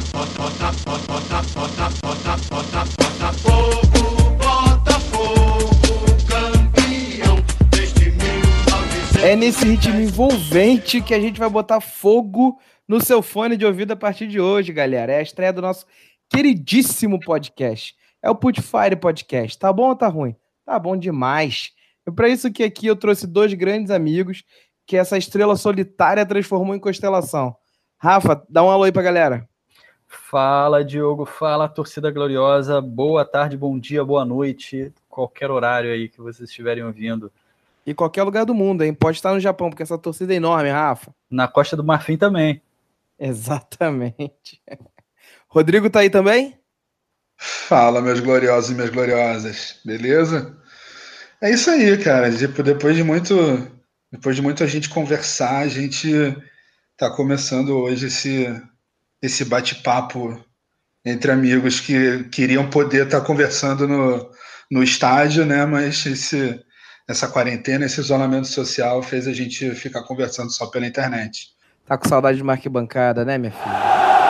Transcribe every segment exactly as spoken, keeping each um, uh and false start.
É nesse ritmo envolvente que a gente vai botar fogo no seu fone de ouvido a partir de hoje, galera. É a estreia do nosso queridíssimo podcast. É o Putfire Podcast. Tá bom ou tá ruim? Tá bom demais. É para isso que aqui eu trouxe dois grandes amigos que essa estrela solitária transformou em constelação. Rafa, dá um alô aí pra galera. Fala, Diogo. Fala, torcida gloriosa. Boa tarde, bom dia, boa noite. Qualquer horário aí que vocês estiverem ouvindo. E qualquer lugar do mundo, hein? Pode estar no Japão, porque essa torcida é enorme, Rafa. Na Costa do Marfim também. Exatamente. Rodrigo tá aí também? Fala, meus gloriosos e minhas gloriosas. Beleza? É isso aí, cara. Tipo, depois de muito, depois de muito a gente conversar, a gente tá começando hoje esse, esse bate-papo entre amigos que queriam poder estar conversando no, no estádio, né? Mas esse, essa quarentena, esse isolamento social fez a gente ficar conversando só pela internet. Tá com saudade de uma arquibancada, né, minha filha?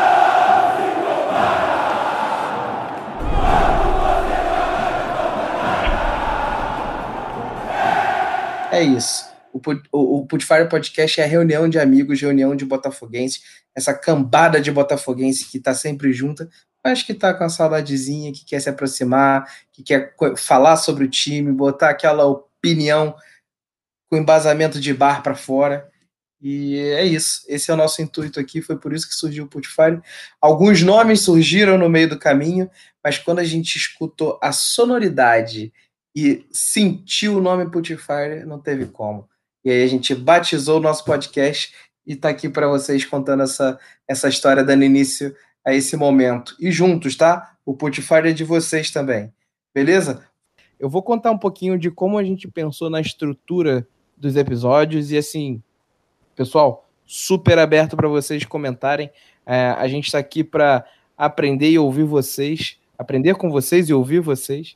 É isso. O, o, o Putfire Podcast é a reunião de amigos, reunião de botafoguenses, essa cambada de botafoguense que tá sempre junta, mas que tá com a saudadezinha, que quer se aproximar, que quer falar sobre o time, botar aquela opinião com embasamento de bar para fora. E é isso. Esse é o nosso intuito aqui, foi por isso que surgiu o Putfire. Alguns nomes surgiram no meio do caminho, mas quando a gente escutou a sonoridade e sentiu o nome Putfire, não teve como. E aí a gente batizou o nosso podcast e está aqui para vocês contando essa, essa história, dando início a esse momento. E juntos, tá? O Putfire é de vocês também. Beleza? Eu vou contar um pouquinho de como a gente pensou na estrutura dos episódios e, assim, pessoal, super aberto para vocês comentarem. É, a gente está aqui para aprender e ouvir vocês, aprender com vocês e ouvir vocês.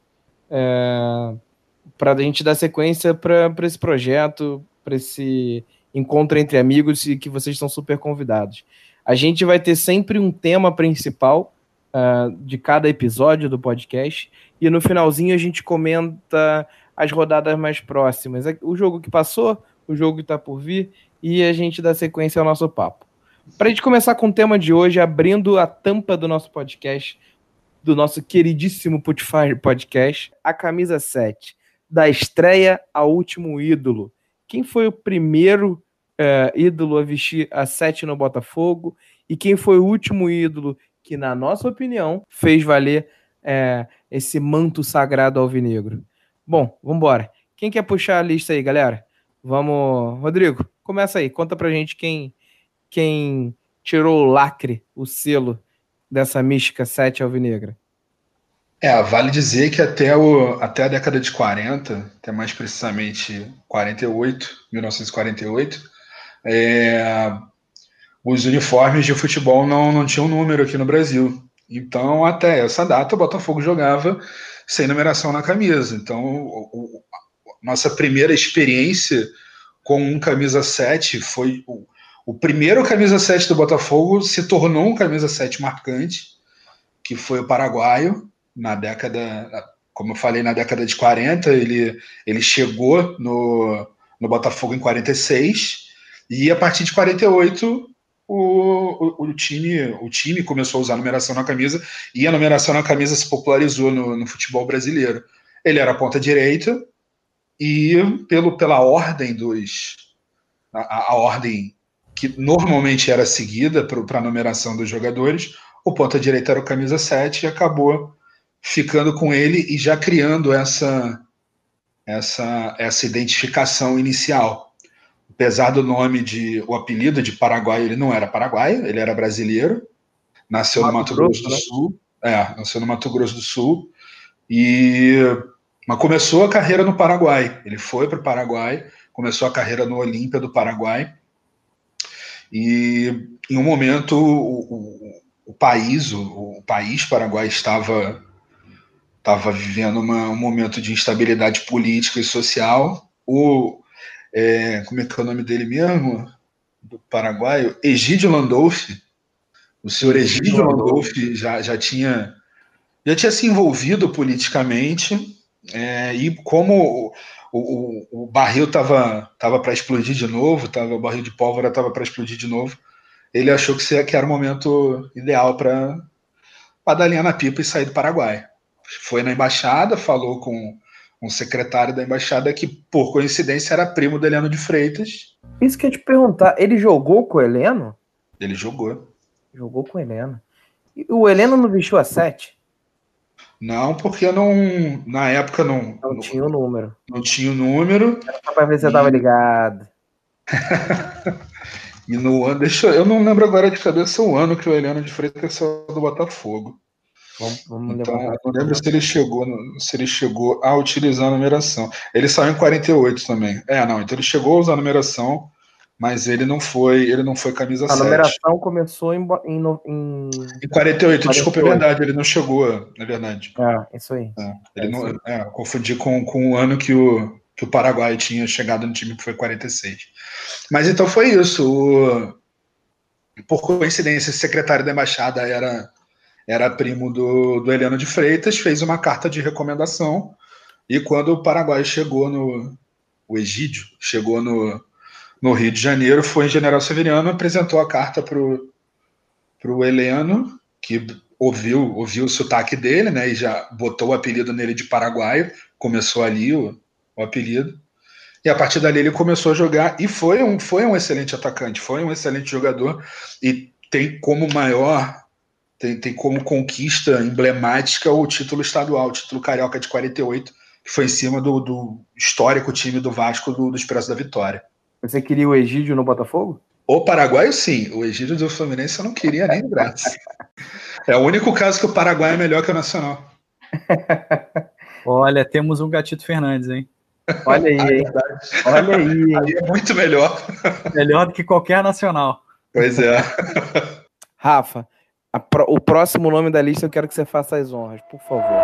É, para a gente dar sequência para esse projeto, para esse encontro entre amigos e que vocês estão super convidados. A gente vai ter sempre um tema principal uh, de cada episódio do podcast e no finalzinho a gente comenta as rodadas mais próximas, o jogo que passou, o jogo que está por vir e a gente dá sequência ao nosso papo. Para a gente começar com o tema de hoje, abrindo a tampa do nosso podcast, do nosso queridíssimo Putfire Podcast, a camisa sete, da estreia ao último ídolo. Quem foi o primeiro uh, ídolo a vestir a sete no Botafogo e quem foi o último ídolo que, na nossa opinião, fez valer uh, esse manto sagrado alvinegro? Bom, vamos embora. Quem quer puxar a lista aí, galera? Vamos, Rodrigo, começa aí. Conta pra gente quem, quem tirou o lacre, o selo dessa mística sete alvinegra. É, vale dizer que até, o, até a década de quarenta, até mais precisamente quarenta e oito, mil novecentos e quarenta e oito, é, os uniformes de futebol não, não tinham número aqui no Brasil. Então, até essa data, o Botafogo jogava sem numeração na camisa. Então, o, o, a nossa primeira experiência com um camisa sete foi... O, o primeiro camisa sete do Botafogo se tornou um camisa sete marcante, que foi o paraguaio, na década, como eu falei, na década de quarenta, ele, ele chegou no, no Botafogo em quarenta e seis, e a partir de quarenta e oito o, o, o, time, o time começou a usar a numeração na camisa, e a numeração na camisa se popularizou no, no futebol brasileiro. Ele era ponta direita, e pelo, pela ordem dos... a, a ordem que normalmente era seguida para a numeração dos jogadores, o ponta direita era o camisa sete e acabou ficando com ele e já criando essa, essa, essa identificação inicial. Apesar do nome de, o apelido de Paraguai, ele não era paraguaio, ele era brasileiro, nasceu Mato no Mato Grosso, Grosso do né? Sul, é, nasceu no Mato Grosso do Sul, e, mas começou a carreira no Paraguai, ele foi para o Paraguai, começou a carreira no Olímpia do Paraguai, e em um momento o, o, o país, o, o país Paraguai estava estava vivendo uma, um momento de instabilidade política e social. O, é, como é que é o nome dele mesmo? Do paraguaio? Egídio Landolfi, O senhor Egídio Landolf já, já, tinha, já tinha se envolvido politicamente, é, e como o, o, o barril estava tava para explodir de novo, tava, o barril de pólvora estava para explodir de novo, ele achou que, que era o momento ideal para dar linha na pipa e sair do Paraguai. Foi na embaixada, falou com um secretário da embaixada que, por coincidência, era primo do Heleno de Freitas. Isso que eu ia te perguntar, ele jogou com o Heleno? Ele jogou. Jogou com o Heleno. E o Heleno não vestiu a sete? Não, porque não, na época não... Não, não tinha o número. Não tinha o número. Era só pra ver se você e... tava ligado. E no ano... Deixa eu... eu não lembro agora de cabeça o ano que o Heleno de Freitas saiu do Botafogo. Vamos, vamos então, eu não lembro se ele, chegou, se ele chegou a utilizar a numeração. Ele saiu em quarenta e oito também. É, não, então ele chegou a usar a numeração, mas ele não foi, ele não foi camisa a sete. A numeração começou em... Em, em... em quarenta e oito, desculpa, é verdade, ele não chegou, na verdade. Ah, isso aí. É, ele é, não, isso aí. É, confundi com, com o ano que o, que o Paraguai tinha chegado no time, que foi quarenta e seis. Mas então foi isso. O, por coincidência, esse secretário da embaixada era... era primo do, do Heleno de Freitas, fez uma carta de recomendação, e quando o Paraguai chegou no... o Egídio chegou no, no Rio de Janeiro, foi em General Severiano, apresentou a carta para o Heleno, que ouviu, ouviu o sotaque dele, né, e já botou o apelido nele de paraguaio, começou ali o, o apelido, e a partir dali ele começou a jogar, e foi um, foi um excelente atacante, foi um excelente jogador, e tem como maior... Tem, tem como conquista emblemática o título estadual, o título carioca de quarenta e oito, que foi em cima do, do histórico time do Vasco do, do Expresso da Vitória. Você queria o Egídio no Botafogo? O paraguaio, sim. O Egídio do Fluminense eu não queria nem de graça. É o único caso que o Paraguai é melhor que o Nacional. Olha, temos um Gatito Fernandes, hein? Olha aí, hein? Olha aí, hein? Aí é muito melhor. Melhor do que qualquer Nacional. Pois é. Rafa, A pro, o próximo nome da lista eu quero que você faça as honras, por favor.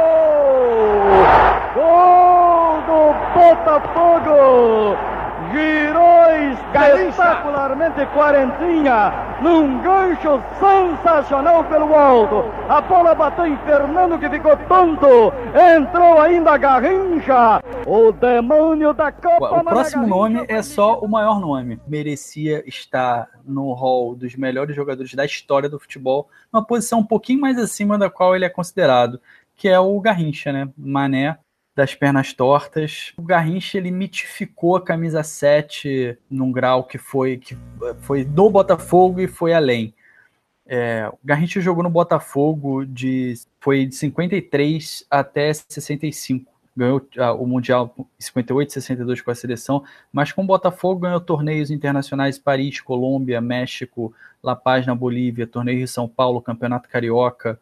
Gol do Botafogo! Girou espetacularmente quarentinha, num gancho sensacional pelo alto. A bola bateu em Fernando, que ficou tonto. Entrou ainda Garrincha, o demônio da Copa. O próximo nome é só o maior nome. Merecia estar no hall dos melhores jogadores da história do futebol, uma posição um pouquinho mais acima da qual ele é considerado, que é o Garrincha, né? Mané das pernas tortas. O Garrincha, ele mitificou a camisa sete num grau que foi, que foi do Botafogo e foi além. É, o Garrincha jogou no Botafogo de, foi de cinquenta e três até sessenta e cinco. Ganhou ah, o Mundial em cinquenta e oito, sessenta e dois com a seleção, mas com o Botafogo ganhou torneios internacionais em Paris, Colômbia, México, La Paz na Bolívia, torneio em São Paulo, Campeonato Carioca,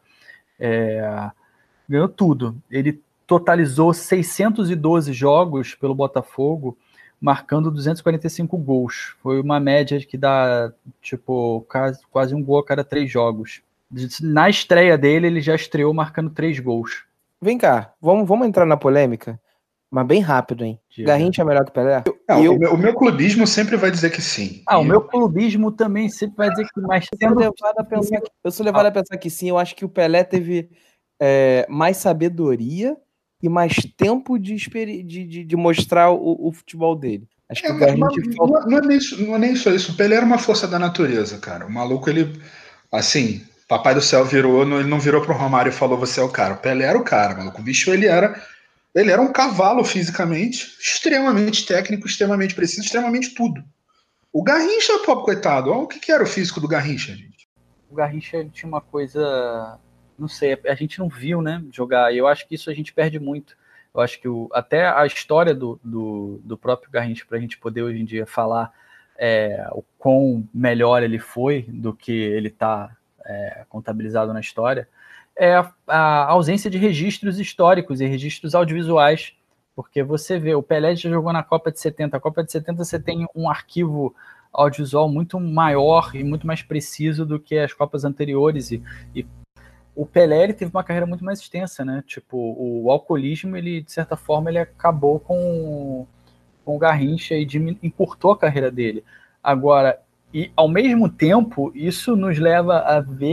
é, ganhou tudo. Ele totalizou seiscentos e doze jogos pelo Botafogo, marcando duzentos e quarenta e cinco gols. Foi uma média que dá, tipo, quase um gol a cada três jogos. Na estreia dele, ele já estreou marcando três gols. Vem cá, vamos, vamos entrar na polêmica, mas bem rápido, hein? Diga. Garrincha é melhor que o Pelé? Não, eu... o, meu, o meu clubismo sempre vai dizer que sim. Ah, e o meu clubismo também sempre vai dizer que mais. Eu sou levado a pensar que, eu sou levado ah. a pensar que sim. Eu acho que o Pelé teve é, mais sabedoria e mais tempo de, de, de, de mostrar o, o futebol dele. Acho que é, o Garrincha mas, falta... não, é nem isso, não é nem só isso. O Pelé era uma força da natureza, cara. O maluco, ele, assim, Papai do Céu virou, ele não virou pro Romário e falou, você é o cara. O Pelé era o cara, maluco. O bicho, ele era, ele era um cavalo fisicamente, extremamente técnico, extremamente preciso, extremamente tudo. O Garrincha, pobre coitado, olha o que, que era o físico do Garrincha, gente. O Garrincha, ele tinha uma coisa... Não sei, a gente não viu, né, jogar, e eu acho que isso a gente perde muito. Eu acho que o, até a história do, do, do próprio Garrincha, para a gente poder hoje em dia falar é, o quão melhor ele foi do que ele está é, contabilizado na história, é a, a ausência de registros históricos e registros audiovisuais, porque você vê, o Pelé já jogou na Copa de setenta, a Copa de setenta você tem um arquivo audiovisual muito maior e muito mais preciso do que as Copas anteriores, e, e o Pelé, ele teve uma carreira muito mais extensa, né? Tipo, o alcoolismo, ele, de certa forma, ele acabou com, com o Garrincha e encurtou a carreira dele. Agora, e ao mesmo tempo, isso nos leva a ver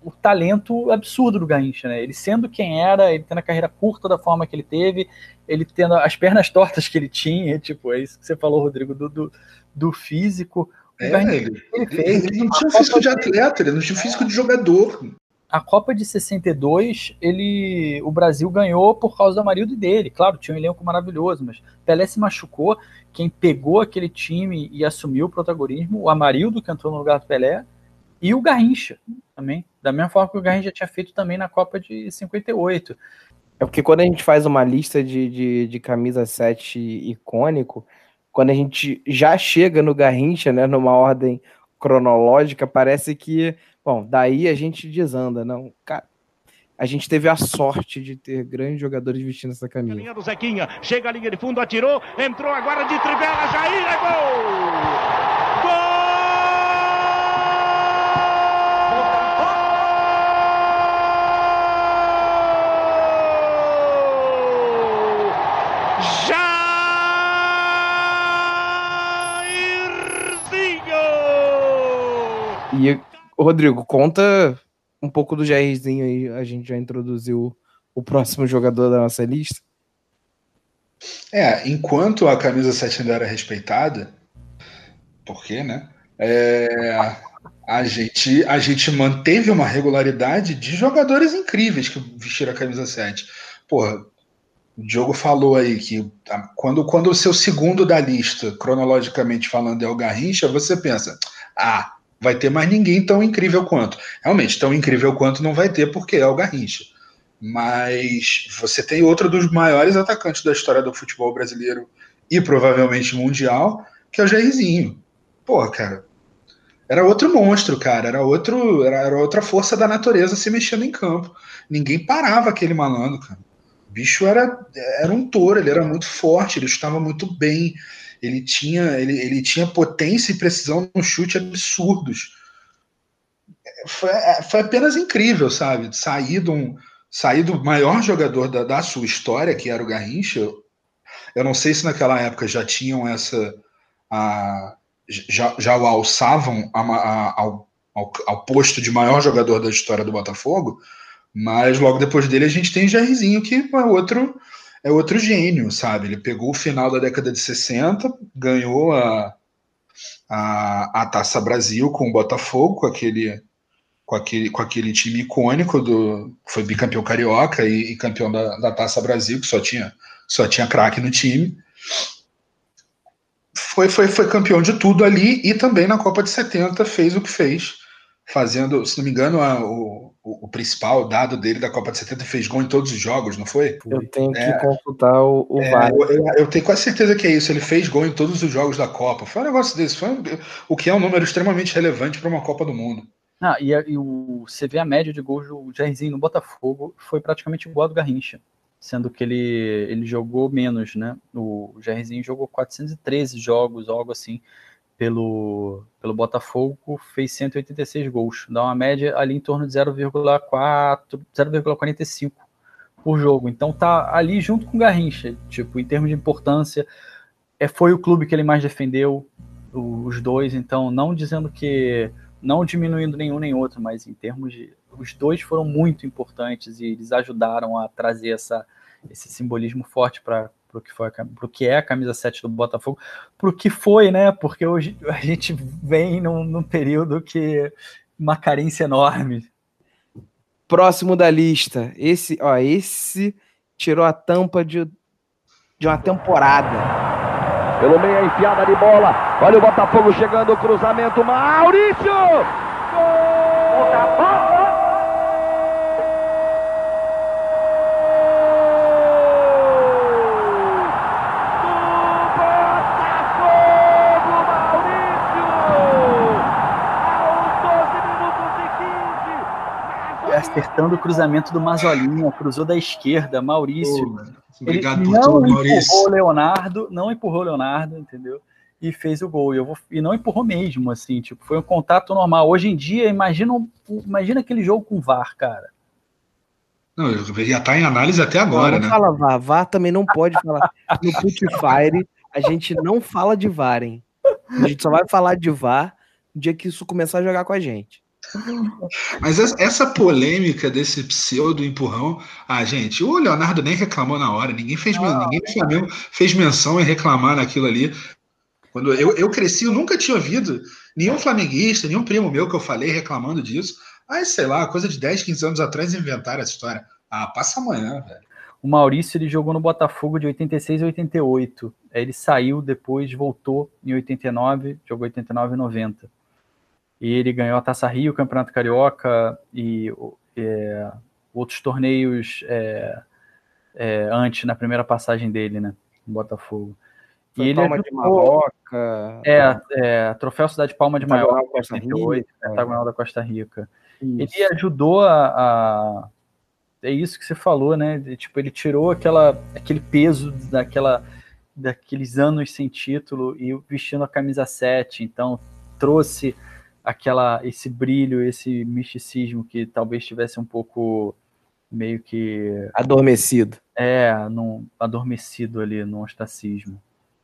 o talento absurdo do Garrincha, né? Ele sendo quem era, ele tendo a carreira curta da forma que ele teve, ele tendo as pernas tortas que ele tinha, tipo, é isso que você falou, Rodrigo, do, do, do físico. É, ele, ele, fez, ele não tinha físico de atleta, ele não tinha físico de jogador. A Copa de sessenta e dois, ele, o Brasil ganhou por causa do Amarildo dele. Claro, tinha um elenco maravilhoso, mas Pelé se machucou. Quem pegou aquele time e assumiu o protagonismo, o Amarildo, que entrou no lugar do Pelé, e o Garrincha também. Da mesma forma que o Garrincha tinha feito também na Copa de cinquenta e oito. É porque quando a gente faz uma lista de, de, de camisa sete icônico, quando a gente já chega no Garrincha, né, numa ordem cronológica, parece que, bom, daí a gente desanda, não, cara, a gente teve a sorte de ter grandes jogadores vestindo essa camisa. A linha do Zequinha, chega a linha de fundo, atirou, entrou agora de trivela, Jair, é gol! Gol! E, Rodrigo, conta um pouco do Jairzinho aí, a gente já introduziu o próximo jogador da nossa lista. É, enquanto a camisa sete ainda era respeitada, por quê, né? É, a, gente, a gente manteve uma regularidade de jogadores incríveis que vestiram a camisa sete. Porra, o Diogo falou aí que quando, quando o seu segundo da lista, cronologicamente falando, é o Garrincha, você pensa, ah, vai ter mais ninguém tão incrível quanto. Realmente, tão incrível quanto não vai ter, porque é o Garrincha. Mas você tem outro dos maiores atacantes da história do futebol brasileiro e provavelmente mundial, que é o Jairzinho. Pô, cara, era outro monstro, cara. Era, outro, era, era outra força da natureza se mexendo em campo. Ninguém parava aquele malandro, cara. O bicho era, era um touro, ele era muito forte, ele chutava muito bem. Ele tinha, ele, ele tinha potência e precisão no chute absurdos. Foi, foi apenas incrível, sabe? Sair, de um, sair do maior jogador da, da sua história, que era o Garrincha. Eu não sei se naquela época já tinham essa... A, já, já o alçavam a, a, ao, ao, ao posto de maior jogador da história do Botafogo, mas logo depois dele a gente tem Jairzinho, que é outro... É outro gênio, sabe? Ele pegou o final da década de sessenta, ganhou a, a, a Taça Brasil com o Botafogo, com aquele, com aquele, com aquele time icônico, do, foi bicampeão carioca e, e campeão da, da Taça Brasil, que só tinha, só tinha craque no time. Foi, foi, foi campeão de tudo ali e também na Copa de setenta fez o que fez, fazendo, se não me engano, a, o, o, o principal dado dele da Copa de setenta, fez gol em todos os jogos, não foi? Eu tenho que é, consultar o, o é, V A R. Eu, eu, eu tenho quase certeza que é isso, ele fez gol em todos os jogos da Copa. Foi um negócio desse, foi um, o que é um número extremamente relevante para uma Copa do Mundo. Ah, e, a, e o, você vê a média de gols do Jairzinho no Botafogo foi praticamente igual a do Garrincha, sendo que ele, ele jogou menos, né? O Jairzinho jogou quatrocentos e treze jogos, algo assim, pelo, pelo Botafogo, fez cento e oitenta e seis gols, dá uma média ali em torno de zero vírgula quatro, zero vírgula quarenta e cinco por jogo, então tá ali junto com o Garrincha, tipo, em termos de importância, é, foi o clube que ele mais defendeu, os dois, então não dizendo que, não diminuindo nenhum nem outro, mas em termos de, os dois foram muito importantes e eles ajudaram a trazer essa, esse simbolismo forte para pro que foi pro que é a camisa sete do Botafogo, pro que foi, né? Porque hoje a gente vem num, num período que uma carência enorme. Próximo da lista, esse, ó, esse tirou a tampa de, de uma temporada. Pelo meio a enfiada de bola. Olha o Botafogo chegando, o cruzamento, Maurício! Gol! Botafogo! Acertando o cruzamento do Mazolinha, cruzou da esquerda, Maurício. Oh, obrigado ele por não tudo, empurrou Maurício. O Leonardo, não empurrou o Leonardo, entendeu? E fez o gol. E, eu vou, e não empurrou mesmo, assim, tipo, foi um contato normal. Hoje em dia, imagina, imagina aquele jogo com V A R, cara. Não, eu já tá em análise até agora, não, não né? fala V A R, V A R também não pode falar. No Putfire, a gente não fala de V A R, hein? A gente só vai falar de V A R no dia que isso começar a jogar com a gente. Mas essa, essa polêmica desse pseudo empurrão, ah, gente, o Leonardo nem reclamou na hora, ninguém fez, Não, ninguém do Flamengo fez menção em reclamar naquilo ali. Quando eu, eu cresci, eu nunca tinha ouvido nenhum flamenguista, nenhum primo meu que eu falei reclamando disso. Aí, sei lá, coisa de dez, quinze anos atrás inventaram essa história. Ah, passa amanhã, velho. O Maurício, ele jogou no Botafogo de oitenta e seis a oitenta e oito. Aí ele saiu depois, voltou em oitenta e nove, jogou oitenta e nove e noventa. E ele ganhou a Taça Rio, o Campeonato Carioca e é, outros torneios é, é, antes, na primeira passagem dele, né, no Botafogo. Foi e ele Palma ajudou, de Marroca. É, é, Troféu Cidade Palma de Maiorca, Costa oitenta e oito, Rica. Hexagonal da Costa Rica. Isso. Ele ajudou a, a... É isso que você falou, né? De, tipo, ele tirou aquela, aquele peso daquela, daqueles anos sem título e vestindo a camisa sete. Então, trouxe aquela, esse brilho, esse misticismo que talvez tivesse um pouco meio que... Adormecido. É, num, adormecido ali no ostracismo.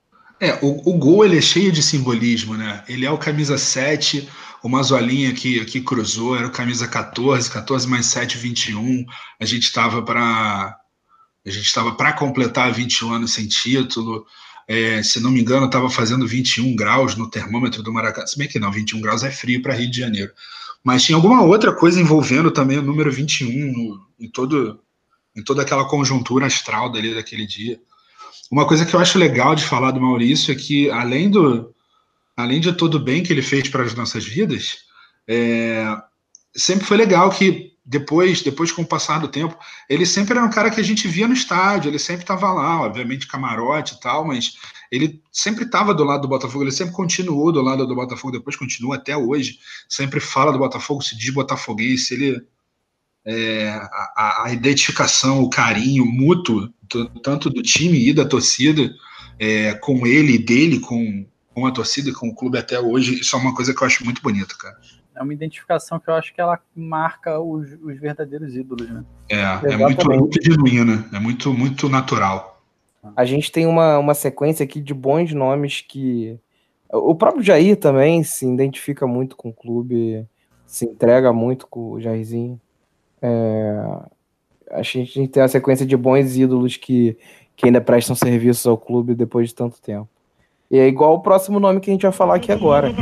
É, o, o gol ele é cheio de simbolismo, né? Ele é o camisa sete, o Mazolinha que, que cruzou, era o camisa catorze, catorze mais sete, vinte e um. A gente estava para a gente estava para completar vinte e um anos sem título. É, se não me engano, estava fazendo vinte e um graus no termômetro do Maracanã. Se bem que não, vinte e um graus é frio para Rio de Janeiro. Mas tinha alguma outra coisa envolvendo também o número vinte e um no, em, todo, em toda aquela conjuntura astral dali daquele dia. Uma coisa que eu acho legal de falar do Maurício é que, além, do, além de todo o bem que ele fez para as nossas vidas, é, sempre foi legal que, depois, depois com o passar do tempo, ele sempre era um cara que a gente via no estádio, ele sempre estava lá, obviamente camarote e tal, mas ele sempre estava do lado do Botafogo, ele sempre continuou do lado do Botafogo, depois continua até hoje, sempre fala do Botafogo, se diz botafoguense, ele... É, a, a identificação, o carinho mútuo, tanto do time e da torcida, é, com ele e dele, com, com a torcida e com o clube até hoje, isso é uma coisa que eu acho muito bonita, cara. É uma identificação que eu acho que ela marca os, os verdadeiros ídolos, né? É, é muito, muito genuína, é muito, muito natural. A gente tem uma, uma sequência aqui de bons nomes que... O próprio Jair também se identifica muito com o clube, se entrega muito com o Jairzinho. É, a gente tem uma sequência de bons ídolos que, que ainda prestam serviços ao clube depois de tanto tempo. E é igual o próximo nome que a gente vai falar aqui agora.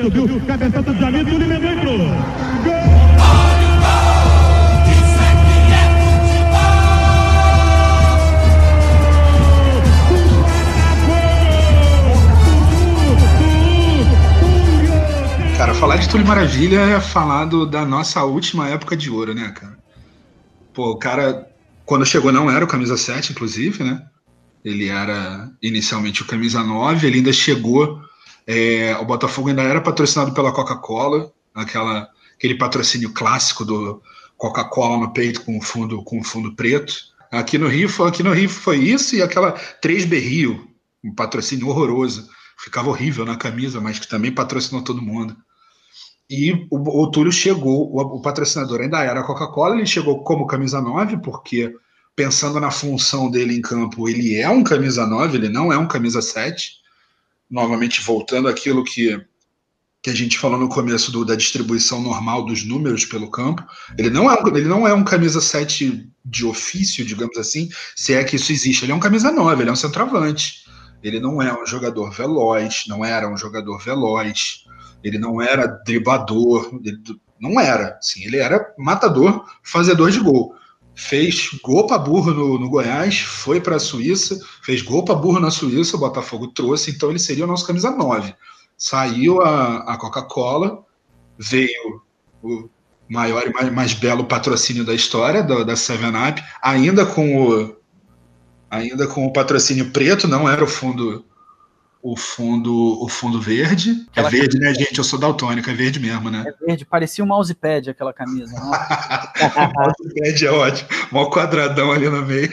Cara, falar de Túlio Maravilha é falar do, da nossa última época de ouro, né, cara? Pô, o cara, quando chegou, não era o camisa sete, inclusive, né? Ele era inicialmente o camisa nove, ele ainda chegou. É, o Botafogo ainda era patrocinado pela Coca-Cola, aquela, aquele patrocínio clássico do Coca-Cola no peito com fundo, com fundo preto. Aqui no Rio, aqui no Rio foi isso e aquela três B Rio, um patrocínio horroroso. Ficava horrível na camisa, mas que também patrocinou todo mundo. E o, o Túlio chegou, o, o patrocinador ainda era a Coca-Cola, ele chegou como camisa nove, porque pensando na função dele em campo, ele é um camisa nove, ele não é um camisa sete. Novamente voltando àquilo que, que a gente falou no começo do, da distribuição normal dos números pelo campo, ele não, é, ele não é um camisa sete de ofício, digamos assim, se é que isso existe. Ele é um camisa nove, ele é um centroavante. Ele não é um jogador veloz, não era um jogador veloz, ele não era driblador, ele não era, assim, ele era matador, fazedor de gol. Fez gol para burro no, no Goiás, foi para a Suíça, fez gol para burro na Suíça, o Botafogo trouxe, então ele seria o nosso camisa nove. Saiu a, a Coca-Cola, veio o maior e mais, mais belo patrocínio da história, da, da seven up, ainda com o ainda com o patrocínio preto, não era o fundo o fundo, o fundo verde. Aquela é verde, camisa, né, gente? Eu sou daltônico, é verde mesmo, né? É verde, parecia um mousepad aquela camisa. O mousepad é ótimo, mó quadradão ali no meio.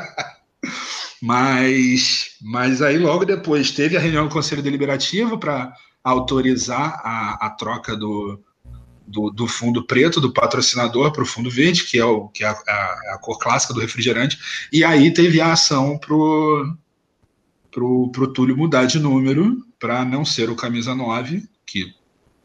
mas, mas aí logo depois teve a reunião do Conselho Deliberativo para autorizar a, a troca do, do, do fundo preto, do patrocinador, para o fundo verde, que é, o, que é a, a, a cor clássica do refrigerante, e aí teve a ação pro pro, pro Túlio mudar de número para não ser o camisa nove, que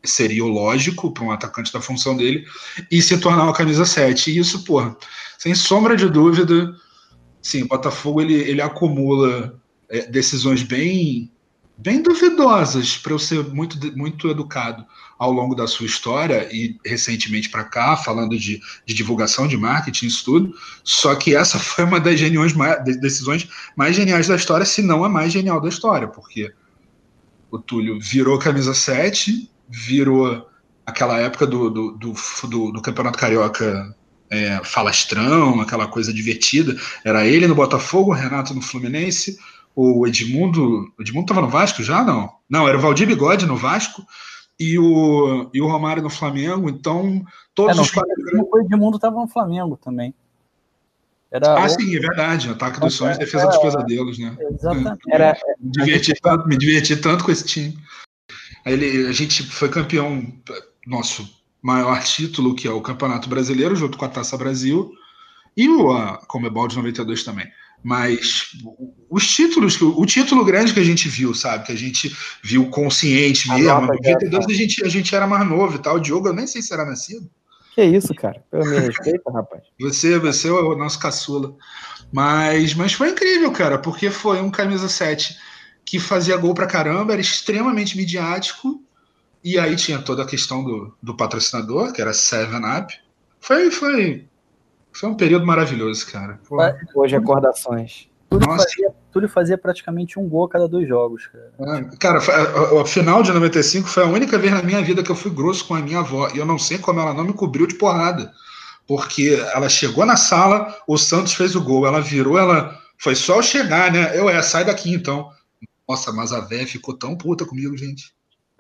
seria o lógico para um atacante da função dele, e se tornar uma camisa sete. E isso, porra, sem sombra de dúvida, sim, o Botafogo ele, ele acumula é, decisões bem, bem duvidosas, para eu ser muito, muito educado ao longo da sua história, e recentemente para cá, falando de, de divulgação, de marketing, isso tudo, só que essa foi uma das geniões, decisões mais geniais da história, se não a mais genial da história, porque o Túlio virou camisa sete, virou aquela época do, do, do, do, do Campeonato Carioca é, falastrão, aquela coisa divertida. Era ele no Botafogo, o Renato no Fluminense, o Edmundo. O Edmundo estava no Vasco já? Não. Não, era o Valdir Bigode no Vasco e o, e o Romário no Flamengo. Então, todos é, não, os quatro. O Edmundo estava no Flamengo também. Era ah, o... sim, é verdade. Ataque dos sonhos, defesa dos pesadelos, né? Exatamente. Era, me, diverti gente... tanto, me diverti tanto com esse time. Aí ele, a gente foi campeão, nosso maior título, que é o Campeonato Brasileiro, junto com a Taça Brasil, e o a Comebol de noventa e dois também. Mas os títulos, o título grande que a gente viu, sabe? Que a gente viu consciente mesmo. Em noventa e dois a gente, a gente era mais novo e tal. O Diogo, eu nem sei se era nascido. Que isso, cara? Pelo meu respeito, rapaz. Você, você é o nosso caçula. Mas, mas foi incrível, cara, porque foi um camisa sete que fazia gol pra caramba, era extremamente midiático, e aí tinha toda a questão do, do patrocinador, que era seven up. Foi, foi, foi um período maravilhoso, cara. Pô. Hoje, recordações. Túlio fazia, Túlio fazia praticamente um gol a cada dois jogos, cara. É, cara, a, a final de noventa e cinco foi a única vez na minha vida que eu fui grosso com a minha avó, e eu não sei como ela não me cobriu de porrada, porque ela chegou na sala, o Santos fez o gol, ela virou, ela foi só eu chegar, né? Eu, é, sai daqui então. Nossa, mas a véia ficou tão puta comigo, gente.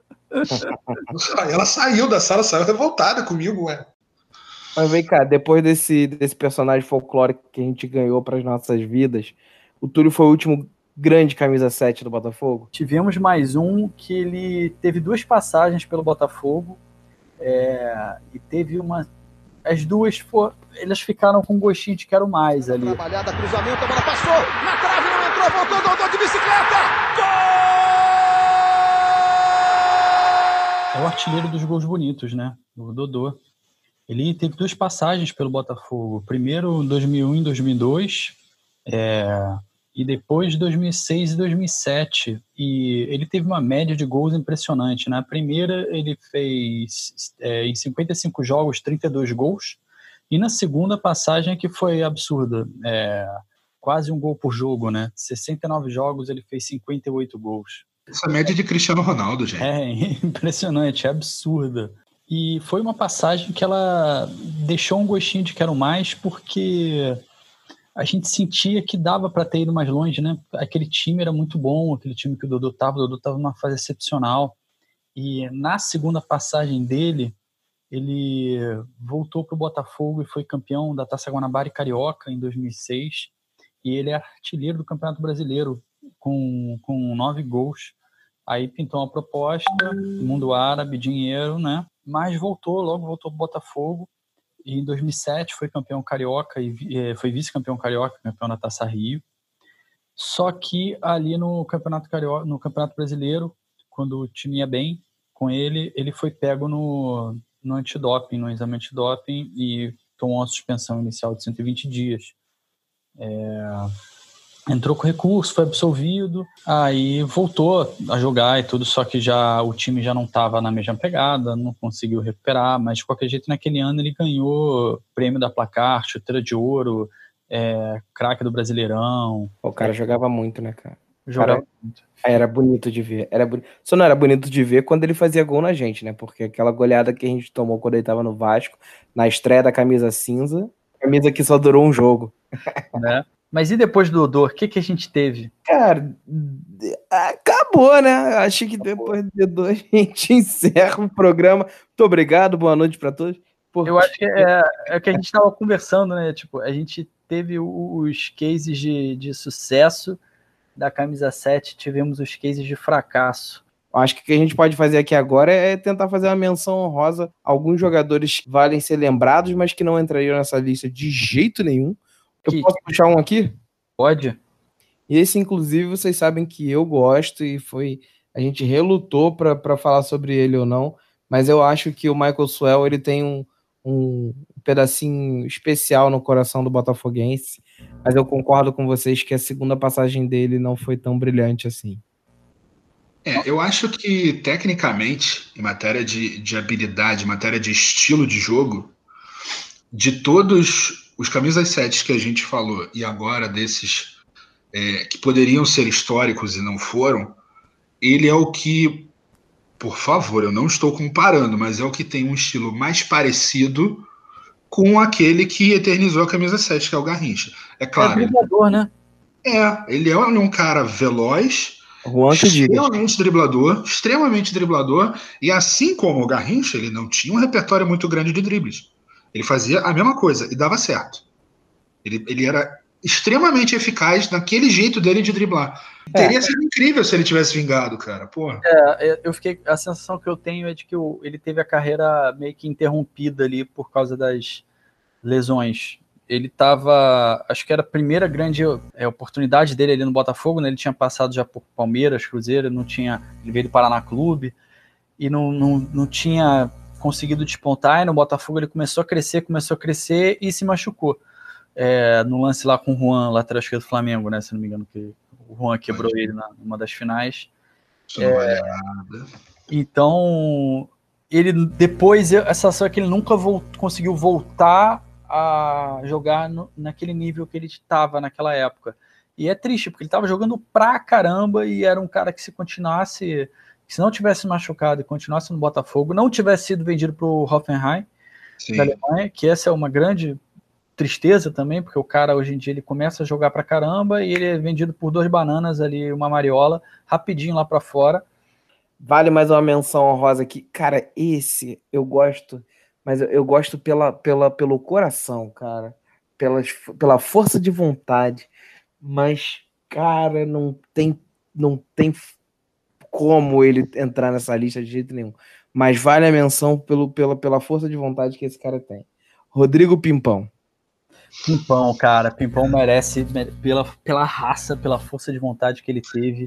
Ela saiu da sala, saiu revoltada comigo, ué. Mas vem cá, depois desse, desse personagem folclórico que a gente ganhou para as nossas vidas, o Túlio foi o último grande camisa sete do Botafogo? Tivemos mais um que ele teve duas passagens pelo Botafogo, é, e teve uma... As duas, for, elas ficaram com um gostinho de quero mais ali. Trabalhada, cruzamento, a bola passou, na trave, não entrou, voltou, Dodô de bicicleta, gol! É o artilheiro dos gols bonitos, né? O Dodô. Ele teve duas passagens pelo Botafogo. Primeiro em dois mil e um e dois mil e dois, é, e depois dois mil e seis e dois mil e sete. E ele teve uma média de gols impressionante. Na primeira, ele fez, é, em cinquenta e cinco jogos, trinta e dois gols. E na segunda passagem, que foi absurda, é, quase um gol por jogo, né? sessenta e nove jogos, ele fez cinquenta e oito gols. Essa média de Cristiano Ronaldo, gente. É impressionante, é absurda. E foi uma passagem que ela deixou um gostinho de quero mais, porque a gente sentia que dava para ter ido mais longe, né? Aquele time era muito bom, aquele time que o Dodô estava, o Dodô estava numa fase excepcional. E na segunda passagem dele, ele voltou para o Botafogo e foi campeão da Taça Guanabara e Carioca em dois mil e seis. E ele é artilheiro do Campeonato Brasileiro com, com nove gols. Aí pintou uma proposta, mundo árabe, dinheiro, né? Mas voltou, logo voltou para o Botafogo. E em dois mil e sete foi campeão carioca e foi vice-campeão carioca, campeão da Taça Rio. Só que ali no Campeonato Carioca, no Campeonato Brasileiro, quando o time ia bem com ele, ele foi pego no, no antidoping, no exame antidoping, e tomou uma suspensão inicial de cento e vinte dias. É... Entrou com recurso, foi absolvido, aí voltou a jogar e tudo, só que já o time já não estava na mesma pegada, não conseguiu recuperar, mas de qualquer jeito naquele ano ele ganhou prêmio da Placar, chuteira de ouro, é, craque do Brasileirão. O cara é, jogava muito, né, cara? Jogava cara, muito. Era bonito de ver. Era bonito. Só não era bonito de ver quando ele fazia gol na gente, né? Porque aquela goleada que a gente tomou quando ele estava no Vasco, na estreia da camisa cinza, camisa que só durou um jogo. Né? Mas e depois do Dodô, o que, que a gente teve? Cara, acabou, né? Acho que depois do Dodô a gente encerra o programa. Muito obrigado, boa noite para todos. Porque... Eu acho que é, é o que a gente estava conversando, né? Tipo, a gente teve os cases de, de sucesso da camisa sete, tivemos os cases de fracasso. Acho que o que a gente pode fazer aqui agora é tentar fazer uma menção honrosa a alguns jogadores que valem ser lembrados, mas que não entrariam nessa lista de jeito nenhum. Eu que... posso puxar um aqui? Pode. E esse, inclusive, vocês sabem que eu gosto e foi... A gente relutou para falar sobre ele ou não, mas eu acho que o Michael Suell, ele tem um, um pedacinho especial no coração do botafoguense, mas eu concordo com vocês que a segunda passagem dele não foi tão brilhante assim. É, eu acho que, tecnicamente, em matéria de, de habilidade, em matéria de estilo de jogo, de todos os camisas sete que a gente falou, e agora desses é, que poderiam ser históricos e não foram, ele é o que, por favor, eu não estou comparando, mas é o que tem um estilo mais parecido com aquele que eternizou a camisa sete, que é o Garrincha. É claro. É driblador, né? É, ele é um cara veloz, Juan que diga. extremamente driblador, extremamente driblador, e assim como o Garrincha, ele não tinha um repertório muito grande de dribles. Ele fazia a mesma coisa e dava certo. Ele, ele era extremamente eficaz naquele jeito dele de driblar. É. Teria sido incrível se ele tivesse vingado, cara. Porra. É, eu fiquei. A sensação que eu tenho é de que o, ele teve a carreira meio que interrompida ali por causa das lesões. Ele estava, acho que era a primeira grande é, oportunidade dele ali no Botafogo, né? Ele tinha passado já por Palmeiras, Cruzeiro, não tinha, ele veio do Paraná Clube e não, não, não tinha conseguido despontar, e no Botafogo ele começou a crescer, começou a crescer e se machucou. É, no lance lá com o Juan, lateral esquerdo do Flamengo, né? Se não me engano, que o Juan quebrou Pode. ele na, numa das finais. Isso não é, vale nada. Então, ele depois, a sensação é que ele nunca volt, conseguiu voltar a jogar no, naquele nível que ele estava naquela época. E é triste, porque ele estava jogando pra caramba e era um cara que se continuasse, que se não tivesse machucado e continuasse no Botafogo, não tivesse sido vendido para o Hoffenheim, Sim. da Alemanha, que essa é uma grande tristeza também, porque o cara hoje em dia ele começa a jogar pra caramba e ele é vendido por duas bananas ali, uma mariola, rapidinho lá pra fora. Vale mais uma menção honrosa aqui. Cara, esse eu gosto, mas eu, eu gosto pela, pela, pelo coração, cara, pelas, pela força de vontade, mas, cara, não tem, não tem como ele entrar nessa lista de jeito nenhum. Mas vale a menção pelo, pela, pela força de vontade que esse cara tem. Rodrigo Pimpão. Pimpão, cara, Pimpão merece pela, pela raça, pela força de vontade que ele teve,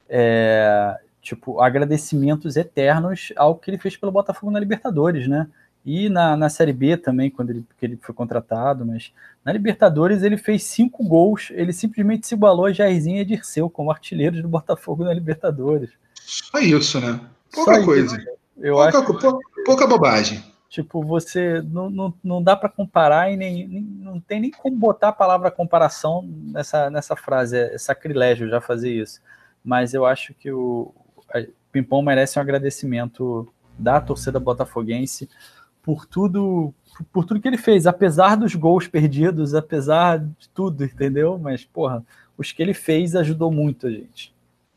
é, tipo, agradecimentos eternos ao que ele fez pelo Botafogo na Libertadores, né? E na, na Série B também, quando ele, que ele foi contratado, mas na Libertadores ele fez cinco gols, ele simplesmente se igualou a Jairzinho e Dirceu como artilheiros do Botafogo na Libertadores. Só isso, né? Pouca Só coisa. Isso, eu pouca, acho pouca, pouca bobagem. Tipo, você não, não, não dá para comparar e nem, nem não tem nem como botar a palavra comparação nessa, nessa frase, é sacrilégio já fazer isso. Mas eu acho que o Pimpão merece um agradecimento da torcida botafoguense por tudo, por tudo que ele fez, apesar dos gols perdidos, apesar de tudo, entendeu? Mas, porra, os que ele fez ajudou muito a gente.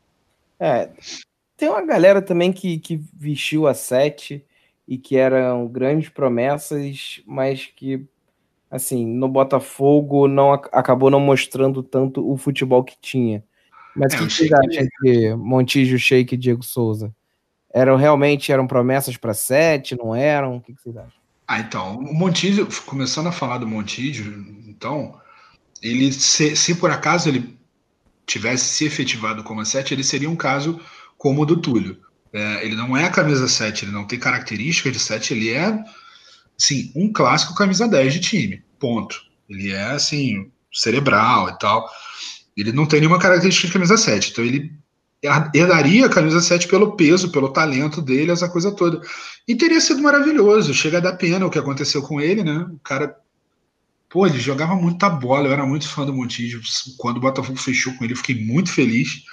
É, tem uma galera também que, que vestiu a sete e que eram grandes promessas, mas que, assim, no Botafogo não acabou não mostrando tanto o futebol que tinha. Mas o é, que vocês acham que Montijo, Sheik e Diego Souza eram realmente eram promessas para sete, não eram? O que vocês acham? Ah, então, o Montijo, começando a falar do Montijo, então, ele, se, se por acaso ele tivesse se efetivado como a sete, ele seria um caso como o do Túlio. É, ele não é a camisa sete, ele não tem características de sete, ele é, assim, um clássico camisa dez de time, ponto. Ele é, assim, cerebral e tal. Ele não tem nenhuma característica de camisa sete, então ele herdaria a camisa sete pelo peso, pelo talento dele, essa coisa toda. E teria sido maravilhoso, chega a dar pena o que aconteceu com ele, né? O cara, pô, ele jogava muita bola, eu era muito fã do Montijo. Quando o Botafogo fechou com ele, eu fiquei muito feliz.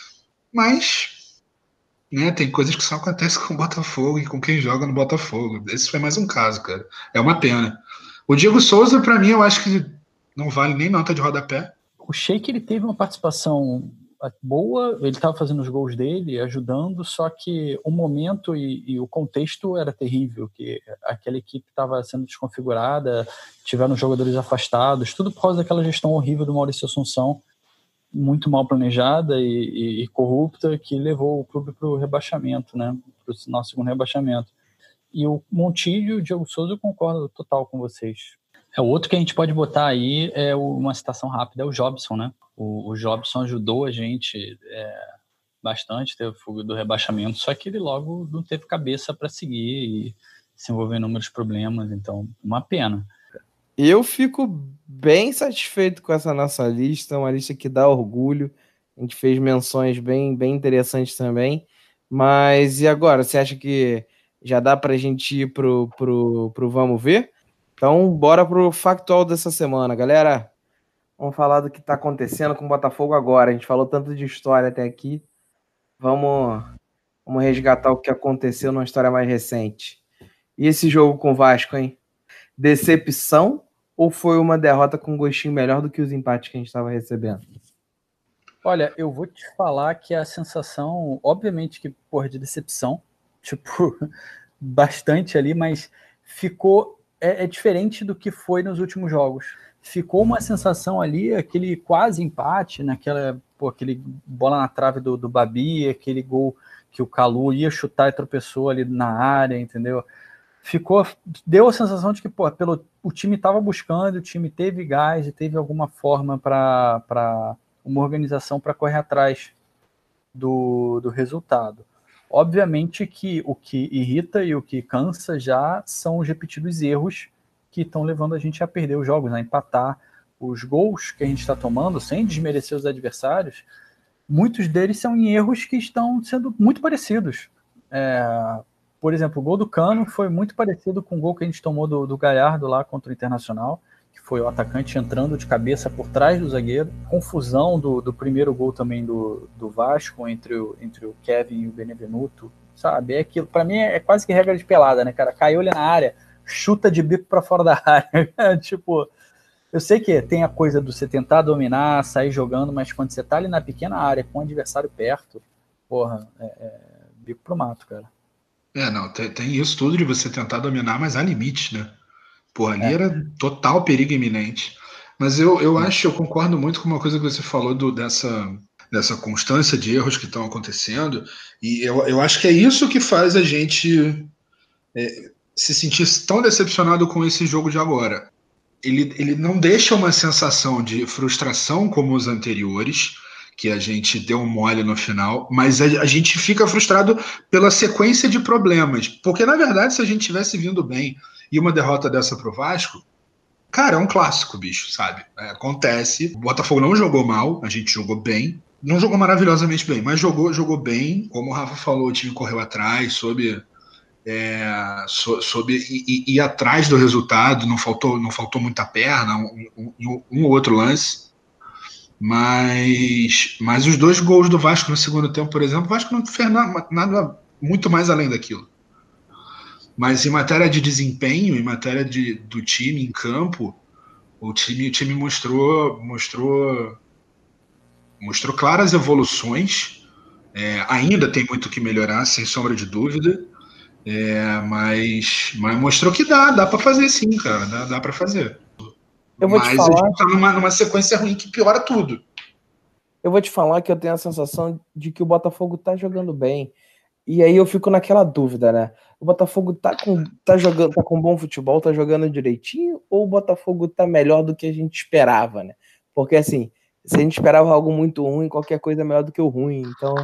Mas... né, tem coisas que só acontecem com o Botafogo e com quem joga no Botafogo. Esse foi mais um caso, cara. É uma pena. O Diego Souza, para mim, eu acho que não vale nem nota de rodapé. O Sheik, ele teve uma participação boa, ele estava fazendo os gols dele, ajudando, só que o momento e, e o contexto era terrível, que aquela equipe estava sendo desconfigurada, tiveram jogadores afastados, tudo por causa daquela gestão horrível do Maurício Assunção, muito mal planejada e, e, e corrupta, que levou o clube para o rebaixamento, né? Para o nosso segundo rebaixamento. E o Montijo e o Diego Souza, eu concordo total com vocês. É, o outro que a gente pode botar aí é o, uma citação rápida, é o Jobson, né? O, o Jobson ajudou a gente é, bastante, teve fuga do rebaixamento, só que ele logo não teve cabeça para seguir e se envolver em inúmeros problemas, então uma pena. Eu fico bem satisfeito com essa nossa lista, uma lista que dá orgulho. A gente fez menções bem, bem interessantes também. Mas e agora? Você acha que já dá para a gente ir pro, pro, pro Vamos Ver? Então, bora pro factual dessa semana, galera. Vamos falar do que está acontecendo com o Botafogo agora. A gente falou tanto de história até aqui. Vamos, vamos resgatar o que aconteceu numa história mais recente. E esse jogo com o Vasco, hein? Decepção ou foi uma derrota com um gostinho melhor do que os empates que a gente estava recebendo? Olha, eu vou te falar que a sensação, obviamente que, porra, de decepção, tipo, bastante ali, mas ficou, é, é diferente do que foi nos últimos jogos. Ficou uma sensação ali, aquele quase empate, naquela, pô, aquele bola na trave do, do Babi, aquele gol que o Calu ia chutar e tropeçou ali na área, entendeu? Ficou, deu a sensação de que pô, pelo, o time estava buscando, o time teve gás e teve alguma forma para uma organização para correr atrás do, do resultado. Obviamente que o que irrita e o que cansa já são os repetidos erros que estão levando a gente a perder os jogos, a empatar. Os gols que a gente está tomando, sem desmerecer os adversários, muitos deles são em erros que estão sendo muito parecidos. É... Por exemplo, o gol do Cano foi muito parecido com o gol que a gente tomou do, do Galhardo lá contra o Internacional, que foi o atacante entrando de cabeça por trás do zagueiro. Confusão do, do primeiro gol também do, do Vasco entre o, entre o Kevin e o Benevenuto, sabe? É aquilo, pra mim é, é quase que regra de pelada, né, cara? Caiu ali na área, chuta de bico pra fora da área. Tipo, eu sei que tem a coisa do você tentar dominar, sair jogando, mas quando você tá ali na pequena área com o adversário perto, porra, é, é bico pro mato, cara. É, não, tem, tem isso tudo de você tentar dominar, mas há limite, né? Pô, ali É. era total perigo iminente. Mas eu, eu acho, eu concordo muito com uma coisa que você falou do, dessa, dessa constância de erros que estão acontecendo, e eu, eu acho que é isso que faz a gente é, se sentir tão decepcionado com esse jogo de agora. Ele, ele não deixa uma sensação de frustração como os anteriores, que a gente deu um mole no final, mas a, a gente fica frustrado pela sequência de problemas, porque na verdade se a gente tivesse vindo bem e uma derrota dessa pro Vasco, cara, é um clássico, bicho, sabe? É, acontece, o Botafogo não jogou mal, a gente jogou bem, não jogou maravilhosamente bem, mas jogou, jogou bem, como o Rafa falou, o time correu atrás, soube, é, so, soube ir, ir, ir atrás do resultado, não faltou, não faltou muita perna, um, um, um, um outro lance. Mas, mas os dois gols do Vasco no segundo tempo, por exemplo, o Vasco não fez nada, nada muito mais além daquilo. Mas em matéria de desempenho, em matéria de, do time em campo, o time, o time mostrou, mostrou, mostrou claras evoluções. É, ainda tem muito que melhorar, sem sombra de dúvida. É, mas, mas mostrou que dá, dá para fazer sim, cara, dá, dá para fazer. Eu vou Mas te falar, a gente tá numa, numa sequência ruim que piora tudo. eu vou te falar que eu tenho a sensação de que o Botafogo tá jogando bem. E aí eu fico naquela dúvida, né? O Botafogo tá com, tá jogando, tá com bom futebol, tá jogando direitinho, ou o Botafogo tá melhor do que a gente esperava, né? Porque assim, se a gente esperava algo muito ruim, qualquer coisa é melhor do que o ruim. Então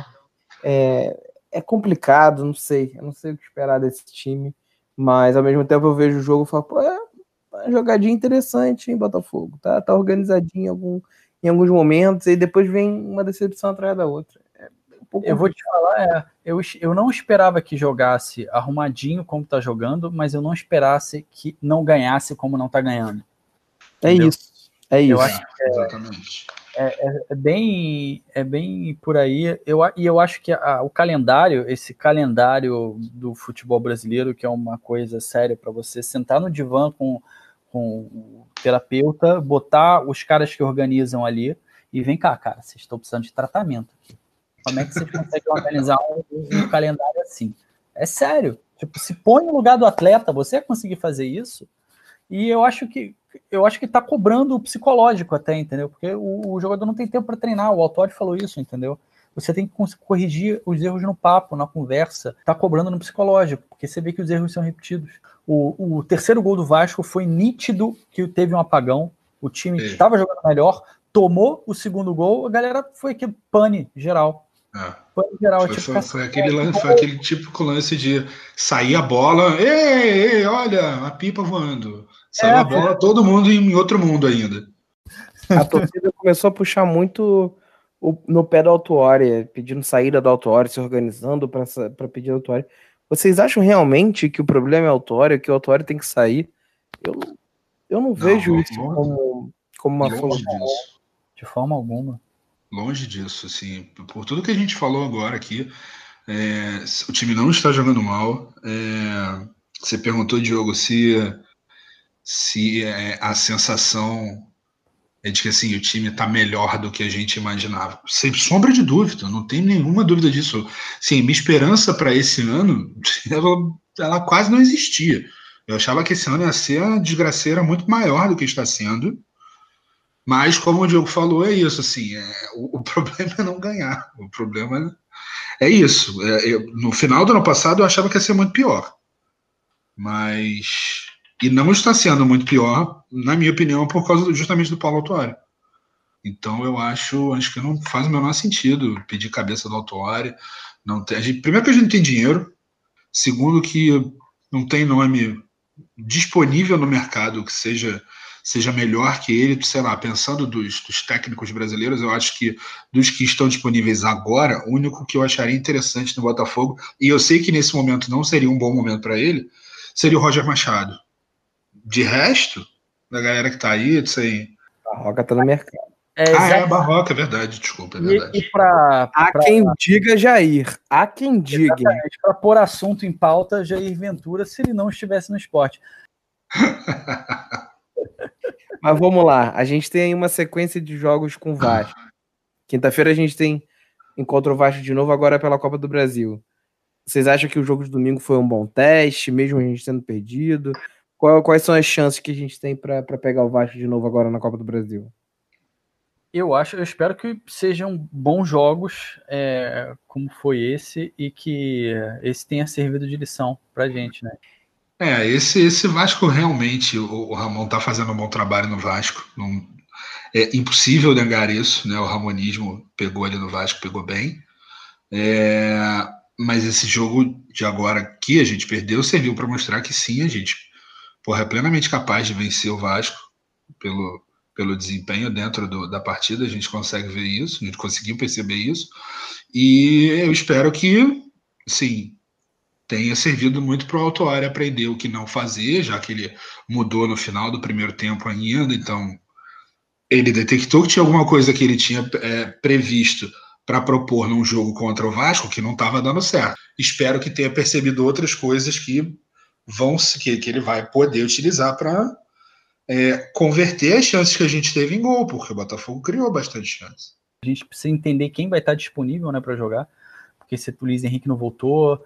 é, é complicado, não sei. Eu não sei o que esperar desse time. Mas ao mesmo tempo eu vejo o jogo e falo, pô, é uma jogadinha interessante, hein, Botafogo? Tá, tá organizadinho em, algum, em alguns momentos, e depois vem uma decepção atrás da outra. É um pouco eu vou te falar, é, eu, eu não esperava que jogasse arrumadinho como tá jogando, mas eu não esperasse que não ganhasse como não tá ganhando. É Entendeu? isso. É isso. Eu acho que é, Exatamente. É, é, é, bem, é bem por aí. Eu, e eu acho que a, o calendário, esse calendário do futebol brasileiro, que é uma coisa séria para você sentar no divã com, com o terapeuta, botar os caras que organizam ali e vem cá, cara, vocês estão precisando de tratamento aqui. Como é que vocês conseguem organizar um, um calendário assim? É sério. Tipo, se põe no lugar do atleta, você vai conseguir fazer isso? E eu acho que eu acho que tá cobrando o psicológico até, entendeu? Porque o, o jogador não tem tempo para treinar, o Autori falou isso, entendeu? Você tem que corrigir os erros no papo, na conversa, tá cobrando no psicológico, porque você vê que os erros são repetidos. O, o terceiro gol do Vasco foi nítido que teve um apagão, o time estava jogando melhor, tomou o segundo gol, a galera foi que pane geral. É. Foi, em geral, Foi, tipo, foi, foi aquele lance, foi aquele típico lance de sair a bola, ei, ei, olha, a pipa voando. Saiu É, a bola, todo mundo em outro mundo ainda. A torcida começou a puxar muito o- no pé do Autuori, pedindo saída do Autuori, se organizando para pedir Autuori. Vocês acham realmente que o problema é o Autuori, que o Autuori tem que sair? Eu, eu não vejo Não, isso longe, como, como uma longe solução. disso. de forma alguma. Longe disso, assim, por tudo que a gente falou agora aqui, é, o time não está jogando mal. É, você perguntou, Diogo, se, se é, a sensação é de que assim, o time está melhor do que a gente imaginava. Sem sombra de dúvida, não tem nenhuma dúvida disso. Sim, minha esperança para esse ano, ela, ela quase não existia. Eu achava que esse ano ia ser uma desgraceira muito maior do que está sendo. Mas, como o Diogo falou, é isso. Assim, é, o, o problema é não ganhar. O problema é, é isso. É, eu, no final do ano passado, eu achava que ia ser muito pior. Mas. E não está sendo muito pior, na minha opinião, por causa justamente do Paulo Autuori. Então eu acho, acho que não faz o menor sentido pedir cabeça do Autuori. Não tem, a gente, primeiro que a gente não tem dinheiro, segundo que não tem nome disponível no mercado que seja seja melhor que ele, sei lá, pensando dos, dos técnicos brasileiros, eu acho que dos que estão disponíveis agora, o único que eu acharia interessante no Botafogo, e eu sei que nesse momento não seria um bom momento para ele, seria o Roger Machado. De resto, da galera que tá aí, isso aí. A Roca tá no mercado. É, ah, é, Barroca, é verdade, desculpa, é verdade. E, e para Há quem diga Jair, há quem diga. Para pôr assunto em pauta, Jair Ventura, se ele não estivesse no esporte. Mas vamos lá, a gente tem aí uma sequência de jogos com o Vasco. Quinta-feira a gente tem encontra o Vasco de novo agora pela Copa do Brasil. Vocês acham que o jogo de domingo foi um bom teste, mesmo a gente tendo perdido? Qual, quais são as chances que a gente tem para pegar o Vasco de novo agora na Copa do Brasil? Eu acho, eu espero que sejam bons jogos, é, como foi esse, e que esse tenha servido de lição pra gente, né? É, esse, esse Vasco realmente, o, o Ramon tá fazendo um bom trabalho no Vasco. Não, é impossível negar isso, né? O ramonismo pegou ali no Vasco, pegou bem. É, mas esse jogo de agora que a gente perdeu serviu para mostrar que sim, a gente porra, é plenamente capaz de vencer o Vasco pelo, pelo desempenho dentro do, da partida. A gente consegue ver isso, a gente conseguiu perceber isso. E eu espero que, sim, tenha servido muito para o Autuori aprender o que não fazer, já que ele mudou no final do primeiro tempo ainda, então ele detectou que tinha alguma coisa que ele tinha é, previsto para propor num jogo contra o Vasco que não estava dando certo. Espero que tenha percebido outras coisas que vão que, que ele vai poder utilizar para é, converter as chances que a gente teve em gol, porque o Botafogo criou bastante chance. A gente precisa entender quem vai estar disponível, né, para jogar, porque se o Luiz Henrique não voltou,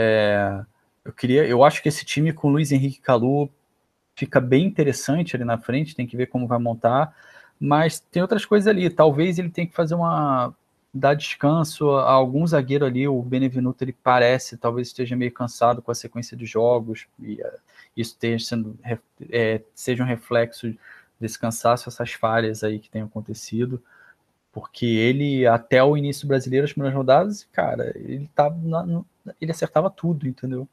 é, eu queria, eu acho que esse time com Luiz Henrique e Calu fica bem interessante ali na frente, tem que ver como vai montar, mas tem outras coisas ali, talvez ele tenha que fazer uma, dar descanso a algum zagueiro ali, o Benevenuto ele parece, talvez esteja meio cansado com a sequência de jogos, e uh, isso esteja sendo, é, seja um reflexo desse cansaço, essas falhas aí que tem acontecido, porque ele, até o início brasileiro, as primeiras rodadas, cara, ele tava na, ele acertava tudo, entendeu?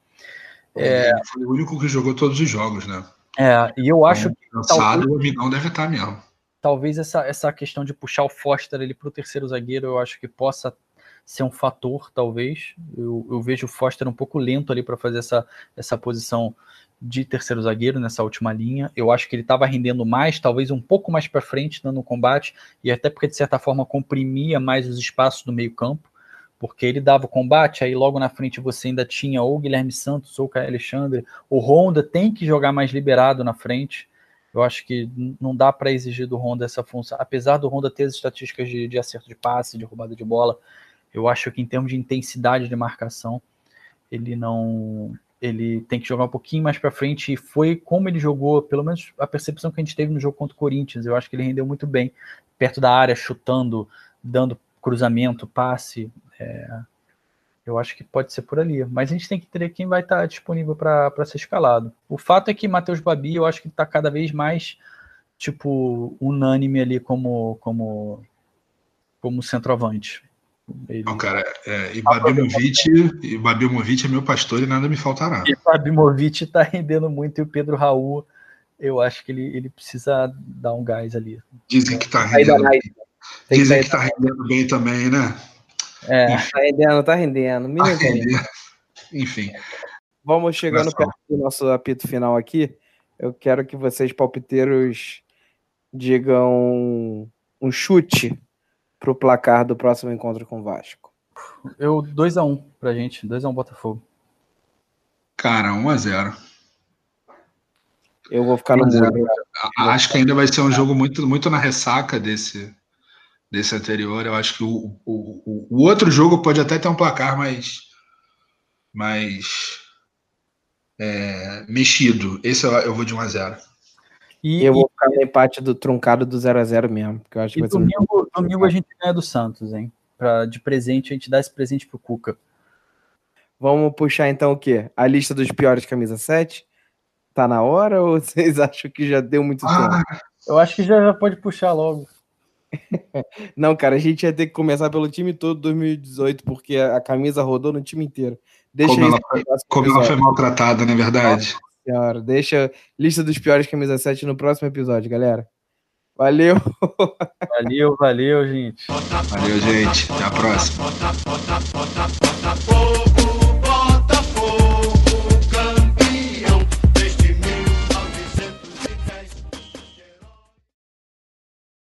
É, ele foi o único que jogou todos os jogos, né? É, e eu acho então, que cansado, talvez, o amigão deve estar mesmo. Talvez essa, essa questão de puxar o Foster ali para o terceiro zagueiro, eu acho que possa ser um fator, talvez. Eu, eu vejo o Foster um pouco lento ali para fazer essa, essa posição de terceiro zagueiro nessa última linha. Eu acho que ele estava rendendo mais, talvez um pouco mais para frente no combate, e até porque de certa forma comprimia mais os espaços do meio campo, porque ele dava o combate, aí logo na frente você ainda tinha ou o Guilherme Santos ou o Caio Alexandre. O Honda tem que jogar mais liberado na frente. Eu acho que não dá para exigir do Honda essa função. Apesar do Honda ter as estatísticas de, de acerto de passe, de roubada de bola, eu acho que em termos de intensidade de marcação, ele não, ele tem que jogar um pouquinho mais para frente, e foi como ele jogou, pelo menos a percepção que a gente teve no jogo contra o Corinthians. Eu acho que ele rendeu muito bem, perto da área, chutando, dando cruzamento, passe. É, eu acho que pode ser por ali, mas a gente tem que ter quem vai estar disponível para ser escalado. O fato é que Matheus Babi, eu acho que está cada vez mais tipo unânime ali como como como centroavante. Ele... Não, cara, é, Ibrahimovic, Ibrahimovic é meu pastor e nada me faltará. E o Ibrahimovic tá rendendo muito e o Pedro Raul, eu acho que ele, ele precisa dar um gás ali. Dizem que tá rendendo bem. Dizem que tá rendendo bem também, né? É, Enfim. tá rendendo, tá rendendo. Tá rendendo. Enfim. Vamos chegando perto do nosso apito final aqui. Eu quero que vocês, palpiteiros, digam um chute pro placar do próximo encontro com o Vasco. Eu dois a um pra gente, dois a um Botafogo. Cara, um a zero. Eu vou ficar no muro. Acho que ainda vai ser um jogo muito, muito na ressaca desse, desse anterior. Eu acho que o, o, o outro jogo pode até ter um placar mais, mais é, mexido. Esse eu, eu vou de um a zero. E eu vou ficar no empate do truncado do zero a zero mesmo. Porque eu acho que vai domingo, ser um... domingo a gente ganha do Santos, hein? Pra, de presente, a gente dá esse presente pro Cuca. Vamos puxar então o quê? A lista dos piores camisa sete? Tá na hora ou vocês acham que já deu muito ah, tempo? Eu acho que já, já pode puxar logo. Não, cara, a gente ia ter que começar pelo time todo de dois mil e dezoito, porque a camisa rodou no time inteiro. Deixa como ela, foi, como ela foi maltratada, não é verdade? Nossa senhora, deixa lista dos piores camisa sete no próximo episódio, galera. Valeu! Valeu, valeu, gente. Valeu, gente. Até a próxima.